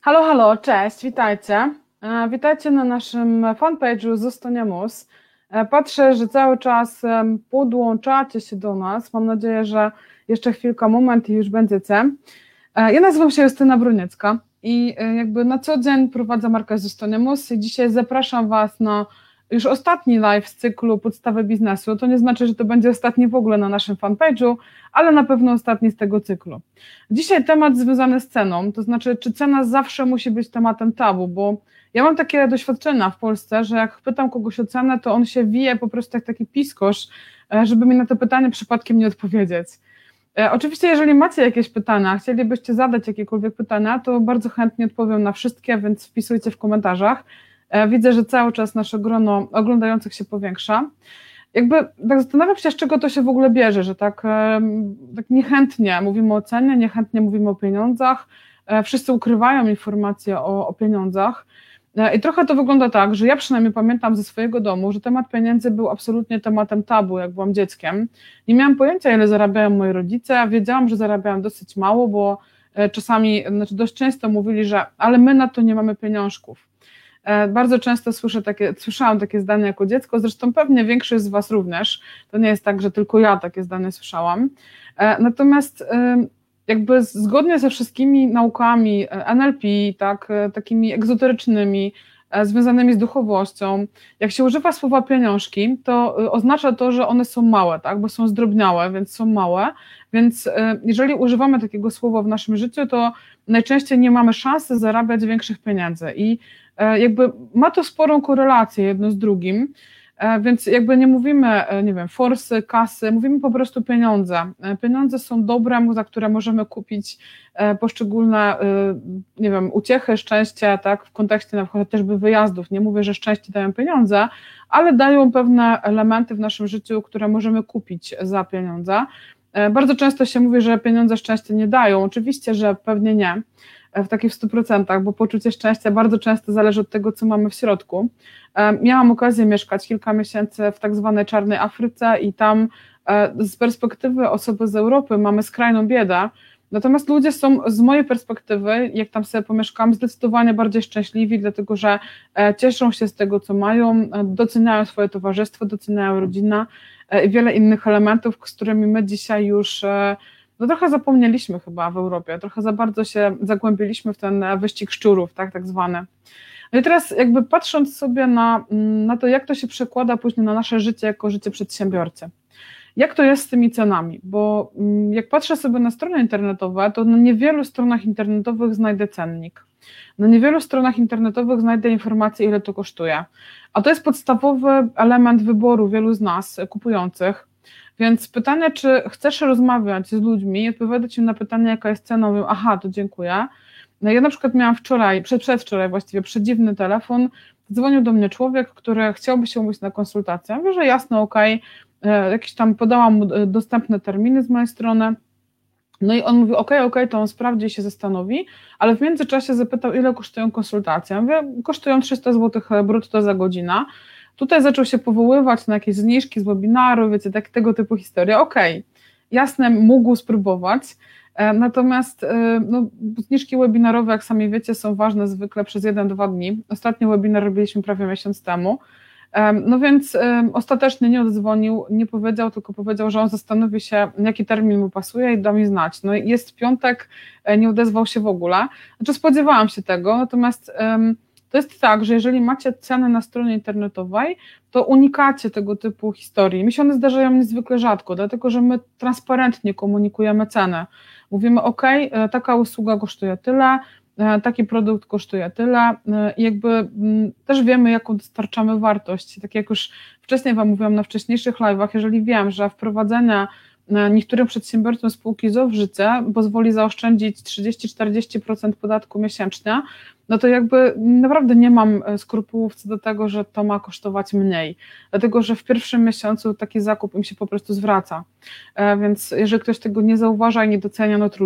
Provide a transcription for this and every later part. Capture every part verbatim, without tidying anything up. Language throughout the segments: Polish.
Halo, halo, cześć, witajcie. E, Witajcie na naszym fanpage'u Zostania Mus. E, Patrzę, że cały czas em, podłączacie się do nas. Mam nadzieję, że jeszcze chwilka, moment i już będziecie. E, Ja nazywam się Justyna Bruniecka i e, jakby na co dzień prowadzę markę Zostania Mus i dzisiaj zapraszam Was na już ostatni live z cyklu Podstawy biznesu. To nie znaczy, że to będzie ostatni w ogóle na naszym fanpage'u, ale na pewno ostatni z tego cyklu. Dzisiaj temat związany z ceną, to znaczy, czy cena zawsze musi być tematem tabu, bo ja mam takie doświadczenia w Polsce, że jak pytam kogoś o cenę, to on się wije po prostu jak taki piskosz, e, żeby mi na to pytanie przypadkiem nie odpowiedzieć. E, Oczywiście, jeżeli macie jakieś pytania, chcielibyście zadać jakiekolwiek pytania, to bardzo chętnie odpowiem na wszystkie, więc wpisujcie w komentarzach. E, Widzę, że cały czas nasze grono oglądających się powiększa. Jakby tak zastanawiam się, z czego to się w ogóle bierze, że tak, em, tak niechętnie mówimy o cenie, niechętnie mówimy o pieniądzach, e, wszyscy ukrywają informacje o, o pieniądzach. E, I trochę to wygląda tak, że ja przynajmniej pamiętam ze swojego domu, że temat pieniędzy był absolutnie tematem tabu, jak byłam dzieckiem. Nie miałam pojęcia, ile zarabiają moi rodzice, a wiedziałam, że zarabiają dosyć mało, bo e, czasami, znaczy dość często mówili, że ale my na to nie mamy pieniążków. E, Bardzo często słyszę takie, słyszałam takie zdania jako dziecko, zresztą pewnie większość z Was również. To nie jest tak, że tylko ja takie zdania słyszałam. E, Natomiast e, jakby zgodnie ze wszystkimi naukami e, N L P, tak, e, takimi egzoterycznymi, e, związanymi z duchowością, jak się używa słowa pieniążki, to e, oznacza to, że one są małe, tak, bo są zdrobniałe, więc są małe, więc e, jeżeli używamy takiego słowa w naszym życiu, to najczęściej nie mamy szansy zarabiać większych pieniędzy i e, jakby ma to sporą korelację jedno z drugim, e, więc jakby nie mówimy, e, nie wiem, forsy, kasy, mówimy po prostu pieniądze. E, Pieniądze są dobrem, za które możemy kupić e, poszczególne, e, nie wiem, uciechy, szczęście, tak, w kontekście na przykład chociażby wyjazdów. Nie mówię, że szczęście dają pieniądze, ale dają pewne elementy w naszym życiu, które możemy kupić za pieniądze. E, Bardzo często się mówi, że pieniądze szczęście nie dają. Oczywiście, że pewnie nie w takich stu procentach, bo poczucie szczęścia bardzo często zależy od tego, co mamy w środku. E, Miałam okazję mieszkać kilka miesięcy w tak zwanej czarnej Afryce i tam e, z perspektywy osoby z Europy mamy skrajną biedę, natomiast ludzie są z mojej perspektywy, jak tam sobie pomieszkam, zdecydowanie bardziej szczęśliwi, dlatego że e, cieszą się z tego, co mają, e, doceniają swoje towarzystwo, doceniają rodzinę e, i wiele innych elementów, z którymi my dzisiaj już e, no trochę zapomnieliśmy chyba w Europie, trochę za bardzo się zagłębiliśmy w ten wyścig szczurów, tak, tak zwany. No i teraz jakby patrząc sobie na, na to, jak to się przekłada później na nasze życie jako życie przedsiębiorcy. Jak to jest z tymi cenami? Bo jak patrzę sobie na strony internetowe, to na niewielu stronach internetowych znajdę cennik. Na niewielu stronach internetowych znajdę informację, ile to kosztuje. A to jest podstawowy element wyboru wielu z nas kupujących. Więc pytanie, czy chcesz rozmawiać z ludźmi i odpowiadać im na pytanie, jaka jest cena, mówią, aha, to dziękuję. No ja na przykład miałam wczoraj, przed, przedwczoraj właściwie, przedziwny telefon, dzwonił do mnie człowiek, który chciałby się umówić na konsultację. Ja mówię, że jasne, okej, okay. Jakieś tam podałam mu dostępne terminy z mojej strony. No i on mówi, okej, okay, okej, okay, to on sprawdzi i się zastanowi, ale w międzyczasie zapytał, ile kosztują konsultacje. Ja mówię, kosztują trzysta złotych brutto za godzinę. Tutaj zaczął się powoływać na jakieś zniżki z webinaru, wiecie, tak, tego typu historie. Okej, okay, jasne, mógł spróbować, natomiast no, zniżki webinarowe, jak sami wiecie, są ważne zwykle przez jeden do dwóch dni. Ostatni webinar robiliśmy prawie miesiąc temu. No więc ostatecznie nie odzwonił, nie powiedział, tylko powiedział, że on zastanowi się, jaki termin mu pasuje i da mi znać. No i jest piątek, nie odezwał się w ogóle. Znaczy spodziewałam się tego, natomiast to jest tak, że jeżeli macie ceny na stronie internetowej, to unikacie tego typu historii. Mi się one zdarzają niezwykle rzadko, dlatego że my transparentnie komunikujemy cenę. Mówimy, ok, taka usługa kosztuje tyle, taki produkt kosztuje tyle i jakby też wiemy, jaką dostarczamy wartość. Tak jak już wcześniej Wam mówiłam na wcześniejszych live'ach, jeżeli wiem, że wprowadzenie niektórym przedsiębiorcom spółki z o o w życie pozwoli zaoszczędzić trzydzieści do czterdziestu procent podatku miesięcznie, no to jakby naprawdę nie mam skrupułów co do tego, że to ma kosztować mniej, dlatego że w pierwszym miesiącu taki zakup im się po prostu zwraca, więc jeżeli ktoś tego nie zauważa i nie docenia, no trudno.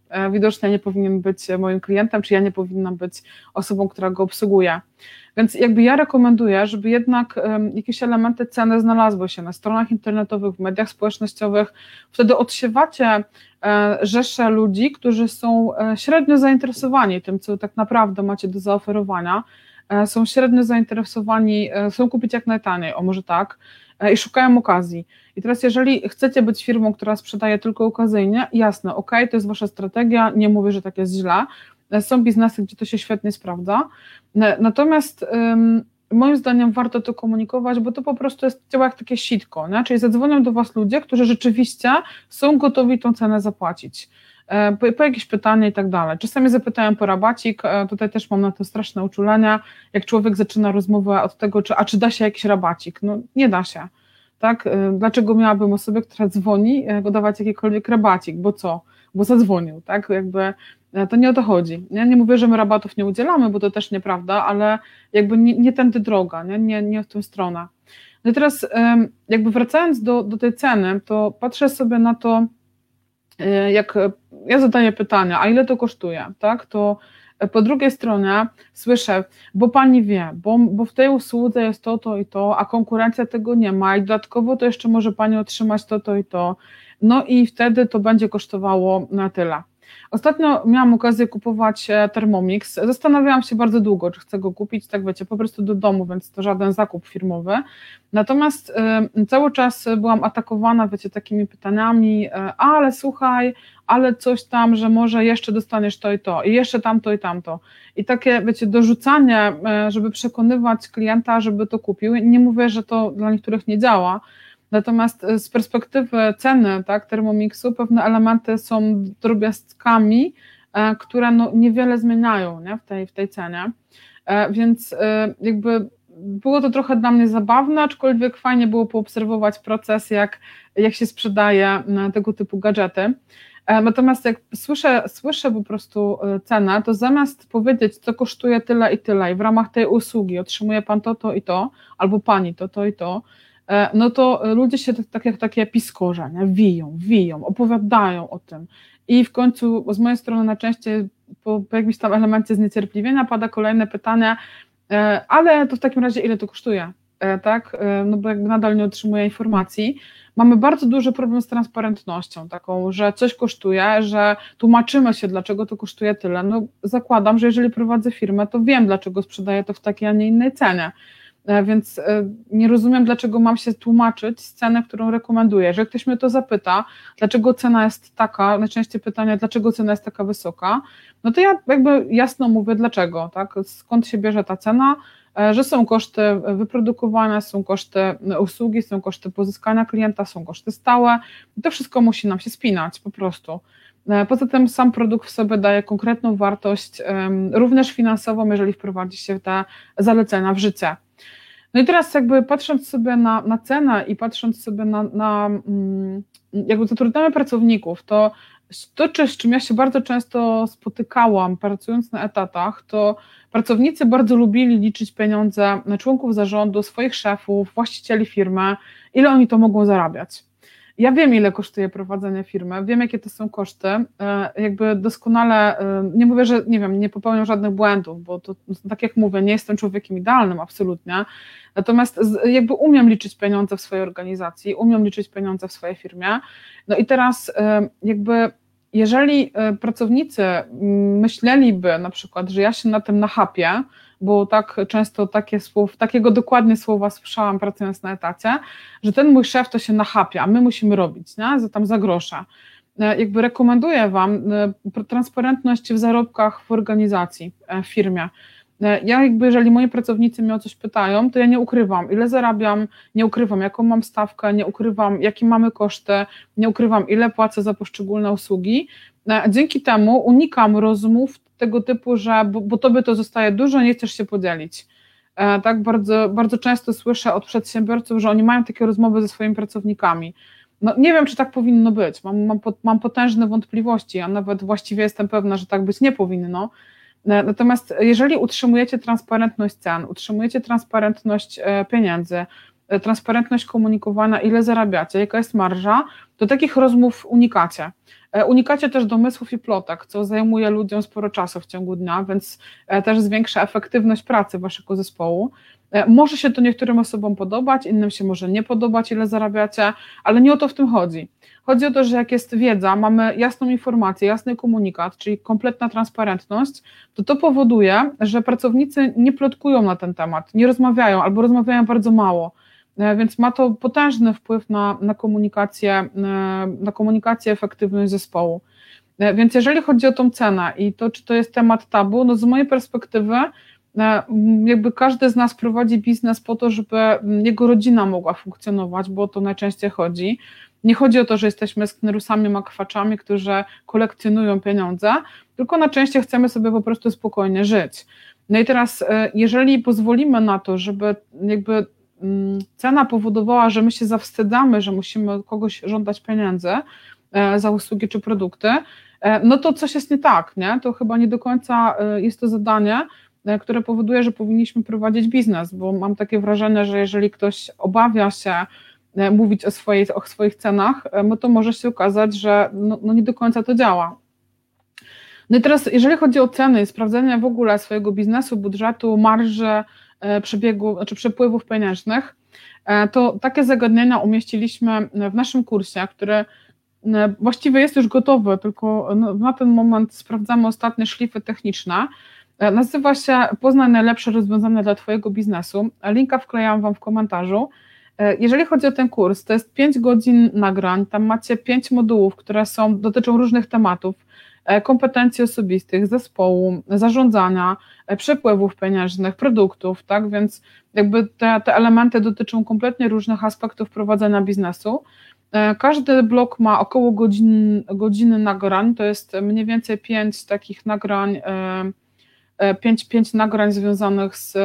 widocznie nie powinien być moim klientem, czy ja nie powinnam być osobą, która go obsługuje. Więc jakby ja rekomenduję, żeby jednak jakieś elementy ceny znalazły się na stronach internetowych, w mediach społecznościowych. Wtedy odsiewacie rzeszę ludzi, którzy są średnio zainteresowani tym, co tak naprawdę macie do zaoferowania, są średnio zainteresowani, chcą kupić jak najtaniej, o może tak, i szukają okazji. I teraz jeżeli chcecie być firmą, która sprzedaje tylko okazyjnie, jasne, ok, to jest wasza strategia, nie mówię, że tak jest źle, są biznesy, gdzie to się świetnie sprawdza, natomiast um, moim zdaniem warto to komunikować, bo to po prostu jest, działa jak takie sitko, nie? Czyli zadzwonią do was ludzie, którzy rzeczywiście są gotowi tą cenę zapłacić. Po, po jakieś pytanie i tak dalej. Czasami zapytają po rabacik, tutaj też mam na to straszne uczulenie, jak człowiek zaczyna rozmowę od tego, czy, a czy da się jakiś rabacik? No nie da się, tak? Dlaczego miałabym osobie, która dzwoni, dawać jakikolwiek rabacik, bo co? Bo zadzwonił, tak? Jakby to nie o to chodzi. Ja nie mówię, że my rabatów nie udzielamy, bo to też nieprawda, ale jakby nie, nie tędy droga, nie, nie, nie w tę stronę. No i teraz jakby wracając do, do tej ceny, to patrzę sobie na to, jak ja zadaję pytania, a ile to kosztuje, tak, to po drugiej stronie słyszę, bo pani wie, bo, bo w tej usłudze jest to, to i to, a konkurencja tego nie ma i dodatkowo to jeszcze może pani otrzymać to, to i to, no i wtedy to będzie kosztowało na tyle. Ostatnio miałam okazję kupować Thermomix, zastanawiałam się bardzo długo, czy chcę go kupić, tak wiecie, po prostu do domu, więc to żaden zakup firmowy, natomiast y, cały czas byłam atakowana, wiecie, takimi pytaniami, y, ale słuchaj, ale coś tam, że może jeszcze dostaniesz to i to, i jeszcze tamto i tamto, i takie, wiecie, dorzucanie, y, żeby przekonywać klienta, żeby to kupił, nie mówię, że to dla niektórych nie działa, natomiast z perspektywy ceny, tak, Thermomixu pewne elementy są drobiazgami, które no niewiele zmieniają, nie, w tej, w tej cenie, więc jakby było to trochę dla mnie zabawne, aczkolwiek fajnie było poobserwować proces, jak, jak się sprzedaje tego typu gadżety. Natomiast jak słyszę, słyszę po prostu cenę, to zamiast powiedzieć, co kosztuje tyle i tyle i w ramach tej usługi otrzymuje pan to, to i to, albo pani to, to i to, no to ludzie się tak jak takie piskorze, nie? wiją, wiją, opowiadają o tym i w końcu z mojej strony najczęściej po, po jakimś tam elemencie zniecierpliwienia pada kolejne pytanie, ale to w takim razie ile to kosztuje, tak, no bo jakby nadal nie otrzymuję informacji. Mamy bardzo duży problem z transparentnością taką, że coś kosztuje, że tłumaczymy się, dlaczego to kosztuje tyle, no zakładam, że jeżeli prowadzę firmę, to wiem, dlaczego sprzedaję to w takiej, a nie innej cenie. Więc nie rozumiem, dlaczego mam się tłumaczyć z ceny, którą rekomenduję. Jeżeli ktoś mnie to zapyta, dlaczego cena jest taka, najczęściej pytanie, dlaczego cena jest taka wysoka, no to ja jakby jasno mówię dlaczego, tak? Skąd się bierze ta cena, że są koszty wyprodukowania, są koszty usługi, są koszty pozyskania klienta, są koszty stałe i to wszystko musi nam się spinać po prostu. Poza tym sam produkt w sobie daje konkretną wartość, również finansową, jeżeli wprowadzi się te zalecenia w życie. No i teraz jakby patrząc sobie na, na cenę i patrząc sobie na, na jakby zatrudniamy pracowników, to to, z czym ja się bardzo często spotykałam pracując na etatach, to pracownicy bardzo lubili liczyć pieniądze członków zarządu, swoich szefów, właścicieli firmy, ile oni to mogą zarabiać. Ja wiem, ile kosztuje prowadzenie firmy, wiem, jakie to są koszty, jakby doskonale, nie mówię, że nie wiem, nie popełniam żadnych błędów, bo to, tak jak mówię, nie jestem człowiekiem idealnym, absolutnie, natomiast jakby umiem liczyć pieniądze w swojej organizacji, umiem liczyć pieniądze w swojej firmie, no i teraz jakby jeżeli pracownicy myśleliby na przykład, że ja się na tym nachapię, bo tak często takie słów, takiego dokładnie słowa słyszałam pracując na etacie, że ten mój szef to się nachapia, a my musimy robić, nie? Za tam za grosze. Jakby rekomenduję Wam transparentność w zarobkach w organizacji, w firmie. Ja jakby, jeżeli moi pracownicy mnie o coś pytają, to ja nie ukrywam, ile zarabiam, nie ukrywam, jaką mam stawkę, nie ukrywam, jakie mamy koszty, nie ukrywam, ile płacę za poszczególne usługi. Dzięki temu unikam rozmów tego typu, że bo, bo tobie to zostaje dużo, nie chcesz się podzielić. Tak, bardzo, bardzo często słyszę od przedsiębiorców, że oni mają takie rozmowy ze swoimi pracownikami. No, nie wiem, czy tak powinno być, mam, mam, mam potężne wątpliwości, a nawet właściwie jestem pewna, że tak być nie powinno. Natomiast jeżeli utrzymujecie transparentność cen, utrzymujecie transparentność pieniędzy, transparentność komunikowania, ile zarabiacie, jaka jest marża, to takich rozmów unikacie. Unikacie też domysłów i plotek, co zajmuje ludziom sporo czasu w ciągu dnia, więc też zwiększa efektywność pracy waszego zespołu. Może się to niektórym osobom podobać, innym się może nie podobać, ile zarabiacie, ale nie o to w tym chodzi. Chodzi o to, że jak jest wiedza, mamy jasną informację, jasny komunikat, czyli kompletna transparentność, to to powoduje, że pracownicy nie plotkują na ten temat, nie rozmawiają albo rozmawiają bardzo mało. Więc ma to potężny wpływ na, na komunikację, na komunikację, efektywność zespołu. Więc jeżeli chodzi o tą cenę i to, czy to jest temat tabu, no z mojej perspektywy jakby każdy z nas prowadzi biznes po to, żeby jego rodzina mogła funkcjonować, bo o to najczęściej chodzi. Nie chodzi o to, że jesteśmy sknerusami, makwaczami, którzy kolekcjonują pieniądze, tylko na częściej chcemy sobie po prostu spokojnie żyć. No i teraz, jeżeli pozwolimy na to, żeby jakby cena powodowała, że my się zawstydzamy, że musimy od kogoś żądać pieniędzy za usługi czy produkty, no to coś jest nie tak, nie? To chyba nie do końca jest to zadanie, które powoduje, że powinniśmy prowadzić biznes, bo mam takie wrażenie, że jeżeli ktoś obawia się mówić o, swojej, o swoich cenach, no to może się okazać, że no, no nie do końca to działa. No i teraz, jeżeli chodzi o ceny i sprawdzenie w ogóle swojego biznesu, budżetu, marży, przebiegu, znaczy przepływów pieniężnych, to takie zagadnienia umieściliśmy w naszym kursie, który właściwie jest już gotowy, tylko na ten moment sprawdzamy ostatnie szlify techniczne. Nazywa się Poznaj najlepsze rozwiązania dla Twojego biznesu. Linka wklejam Wam w komentarzu. Jeżeli chodzi o ten kurs, to jest pięć godzin nagrań, tam macie pięć modułów, które są, dotyczą różnych tematów, kompetencji osobistych, zespołu, zarządzania, przepływów pieniężnych, produktów, tak, więc jakby te, te elementy dotyczą kompletnie różnych aspektów prowadzenia biznesu. Każdy blok ma około godzin, godziny nagrań, to jest mniej więcej pięć takich nagrań, pięć, pięć nagrań związanych z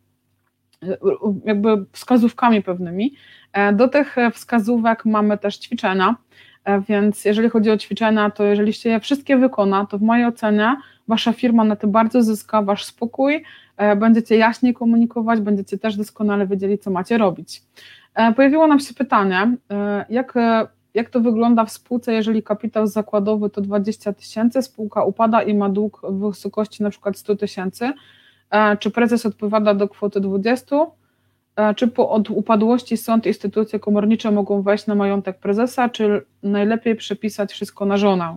jakby wskazówkami pewnymi. Do tych wskazówek mamy też ćwiczenia, więc jeżeli chodzi o ćwiczenia, to jeżeli się je wszystkie wykona, to w mojej ocenie wasza firma na tym bardzo zyska, wasz spokój, będziecie jaśniej komunikować, będziecie też doskonale wiedzieli, co macie robić. Pojawiło nam się pytanie, jak, jak to wygląda w spółce, jeżeli kapitał zakładowy to dwadzieścia tysięcy, spółka upada i ma dług w wysokości na przykład sto tysięcy, czy prezes odpowiada do kwoty dwadzieścia, czy po od upadłości sąd i instytucje komornicze mogą wejść na majątek prezesa, czy najlepiej przepisać wszystko na żonę?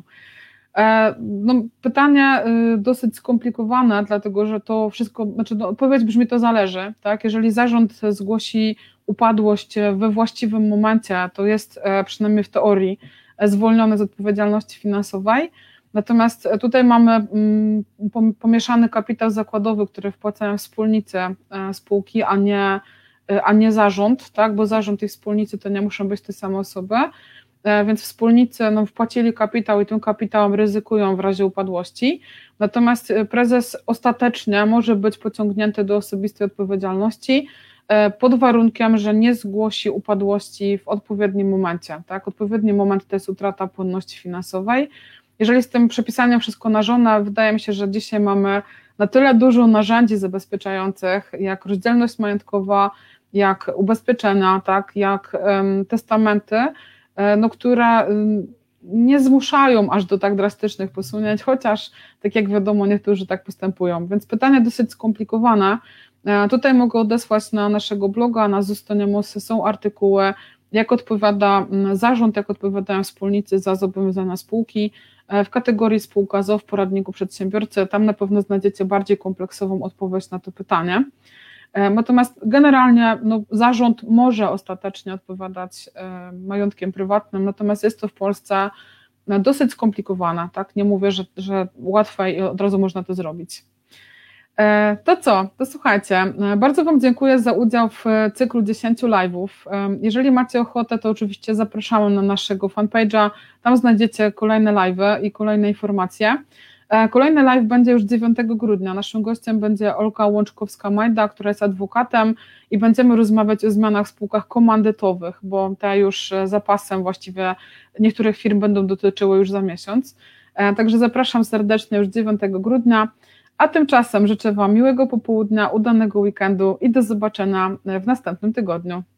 No, pytanie dosyć skomplikowane, dlatego że to wszystko, znaczy no, odpowiedź brzmi to zależy, tak? Jeżeli zarząd zgłosi upadłość we właściwym momencie, to jest przynajmniej w teorii zwolniony z odpowiedzialności finansowej, natomiast tutaj mamy pomieszany kapitał zakładowy, który wpłacają wspólnicy spółki, a nie, a nie zarząd, tak? Bo zarząd i wspólnicy to nie muszą być te same osoby, więc wspólnicy no, wpłacili kapitał i tym kapitałem ryzykują w razie upadłości, natomiast prezes ostatecznie może być pociągnięty do osobistej odpowiedzialności pod warunkiem, że nie zgłosi upadłości w odpowiednim momencie, tak? Odpowiedni moment to jest utrata płynności finansowej. Jeżeli z tym przepisaniem wszystko na żonę, wydaje mi się, że dzisiaj mamy na tyle dużo narzędzi zabezpieczających, jak rozdzielność majątkowa, jak ubezpieczenia, tak, jak um, testamenty, no, które nie zmuszają aż do tak drastycznych posunięć, chociaż tak jak wiadomo, niektórzy tak postępują. Więc pytanie dosyć skomplikowane. Tutaj mogę odesłać na naszego bloga, na Zustoniamusy są artykuły, jak odpowiada zarząd, jak odpowiadają wspólnicy za zobowiązania spółki w kategorii spółka z o o w poradniku przedsiębiorcy. Tam na pewno znajdziecie bardziej kompleksową odpowiedź na to pytanie. Natomiast generalnie no, zarząd może ostatecznie odpowiadać majątkiem prywatnym, natomiast jest to w Polsce dosyć skomplikowane, tak? Nie mówię, że, że łatwiej i od razu można to zrobić. To co? To słuchajcie, bardzo Wam dziękuję za udział w cyklu dziesięciu live'ów. Jeżeli macie ochotę, to oczywiście zapraszamy na naszego fanpage'a, tam znajdziecie kolejne live'y i kolejne informacje. Kolejny live będzie już dziewiątego grudnia. Naszym gościem będzie Olga Łączkowska-Majda, która jest adwokatem i będziemy rozmawiać o zmianach w spółkach komandytowych, bo te już zapasem właściwie niektórych firm będą dotyczyły już za miesiąc. Także zapraszam serdecznie już dziewiątego grudnia, a tymczasem życzę Wam miłego popołudnia, udanego weekendu i do zobaczenia w następnym tygodniu.